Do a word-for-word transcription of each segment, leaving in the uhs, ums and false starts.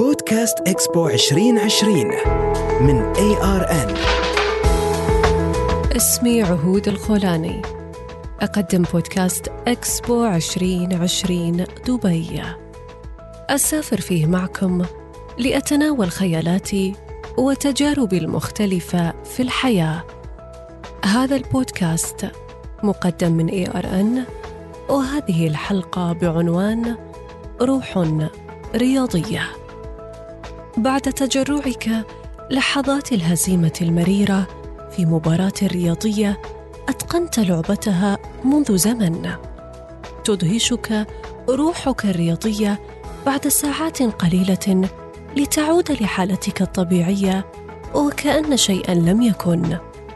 بودكاست إكسبو عشرين عشرين من إيه آر إن. اسمي عهود الخولاني، أقدم بودكاست إكسبو عشرين عشرين دبي. أسافر فيه معكم لأتناول خيالاتي وتجاربي المختلفة في الحياة. هذا البودكاست مقدم من إيه آر إن، وهذه الحلقة بعنوان روح رياضية. بعد تجرعك لحظات الهزيمة المريرة في مباراة رياضية أتقنت لعبتها منذ زمن، تدهشك روحك الرياضية بعد ساعات قليلة لتعود لحالتك الطبيعية وكأن شيئا لم يكن.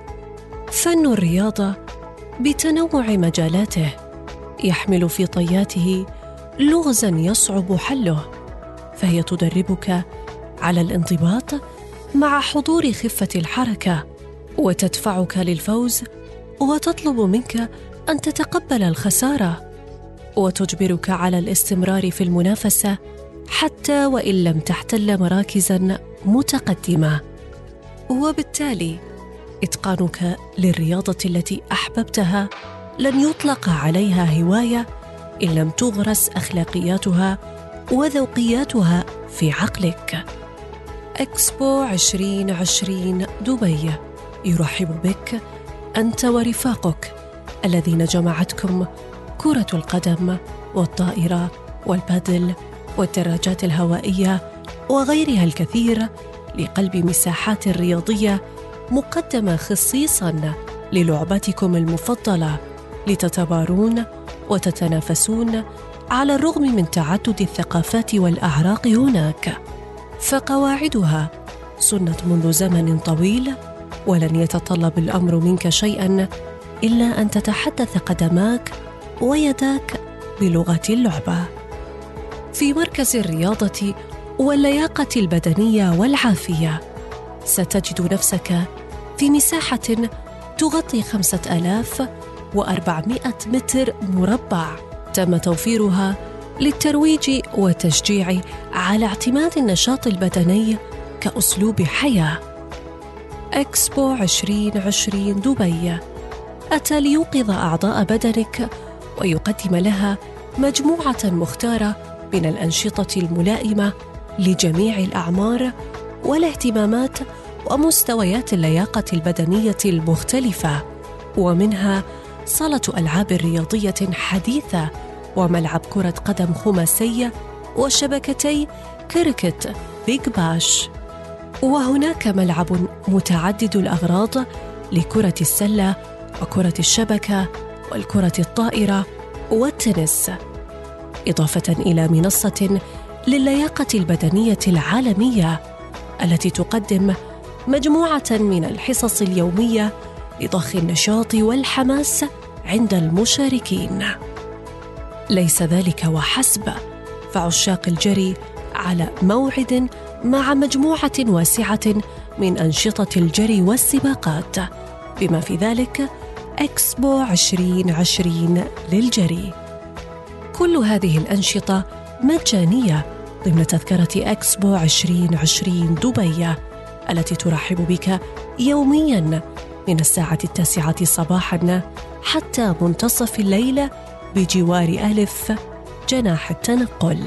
فن الرياضة بتنوع مجالاته يحمل في طياته لغزا يصعب حله، فهي تدربك على الانضباط مع حضور خفة الحركة، وتدفعك للفوز وتطلب منك أن تتقبل الخسارة، وتجبرك على الاستمرار في المنافسة حتى وإن لم تحتل مراكزا متقدمة. وبالتالي إتقانك للرياضة التي أحببتها لن يطلق عليها هواية إن لم تغرس أخلاقياتها وذوقياتها في عقلك. إكسبو عشرين عشرين دبي يرحب بك أنت ورفاقك الذين جمعتكم كرة القدم والطائرة والبادل والدراجات الهوائية وغيرها الكثير، لقلب مساحات رياضية مقدمة خصيصاً للعبتكم المفضلة، لتتبارون وتتنافسون على الرغم من تعدد الثقافات والأعراق هناك. فقواعدها سنت منذ زمن طويل، ولن يتطلب الأمر منك شيئاً إلا أن تتحدث قدماك ويداك بلغة اللعبة. في مركز الرياضة واللياقة البدنية والعافية ستجد نفسك في مساحة تغطي خمسة آلاف وأربعمائة متر مربع، تم توفيرها للترويج والتشجيع على اعتماد النشاط البدني كأسلوب حياة. إكسبو عشرين عشرين دبي أتى ليوقظ أعضاء بدنك ويقدم لها مجموعة مختارة من الأنشطة الملائمة لجميع الأعمار والاهتمامات ومستويات اللياقة البدنية المختلفة، ومنها صالة ألعاب رياضية حديثة وملعب كرة قدم خماسية وشبكتي كريكت بيج باش، وهناك ملعب متعدد الأغراض لكرة السلة وكرة الشبكة والكرة الطائرة والتنس، إضافة إلى منصة للياقة البدنية العالمية التي تقدم مجموعة من الحصص اليومية لضخ النشاط والحماس عند المشاركين. ليس ذلك وحسب، فعشاق الجري على موعد مع مجموعة واسعة من أنشطة الجري والسباقات، بما في ذلك إكسبو عشرين عشرين للجري. كل هذه الأنشطة مجانية ضمن تذكرة إكسبو عشرين عشرين دبي التي ترحب بك يومياً من الساعة التاسعة صباحاً حتى منتصف الليل بجوار ألف جناح التنقل.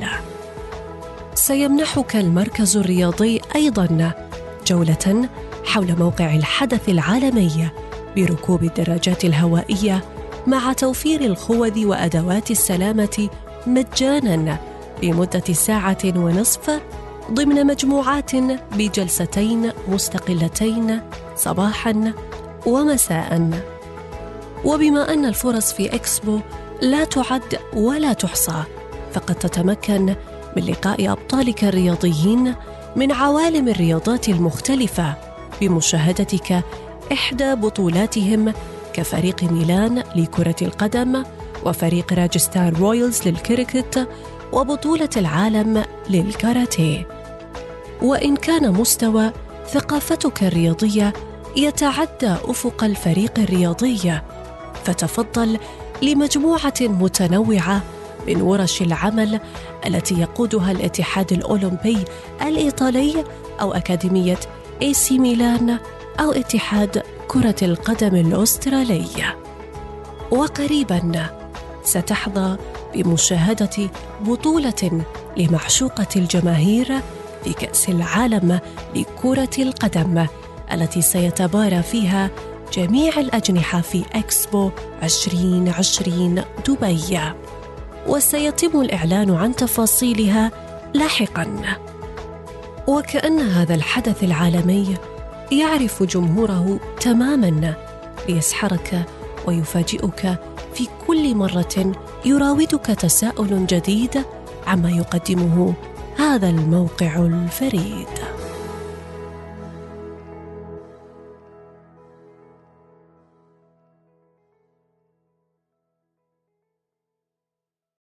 سيمنحك المركز الرياضي أيضاً جولة حول موقع الحدث العالمي بركوب الدراجات الهوائية مع توفير الخوذ وأدوات السلامة مجاناً لمدة ساعة ونصف ضمن مجموعات بجلستين مستقلتين صباحاً ومساءً. وبما أن الفرص في إكسبو لا تعد ولا تحصى، فقد تتمكن من لقاء أبطالك الرياضيين من عوالم الرياضات المختلفة بمشاهدتك إحدى بطولاتهم كفريق ميلان لكرة القدم وفريق راجستان رويالز للكريكت وبطولة العالم للكاراتيه. وإن كان مستوى ثقافتك الرياضية يتعدى أفق الفريق الرياضي، فتفضل لمجموعة متنوعة من ورش العمل التي يقودها الاتحاد الأولمبي الإيطالي أو أكاديمية إي سي ميلان أو اتحاد كرة القدم الأسترالي. وقريباً ستحظى بمشاهدة بطولة لمعشوقة الجماهير في كأس العالم لكرة القدم التي سيتبارى فيها جميع الأجنحة في إكسبو عشرين عشرين دبي، وسيتم الإعلان عن تفاصيلها لاحقاً. وكأن هذا الحدث العالمي يعرف جمهوره تماماً ليسحرك ويفاجئك في كل مرة يراودك تساؤل جديد عما يقدمه هذا الموقع الفريد.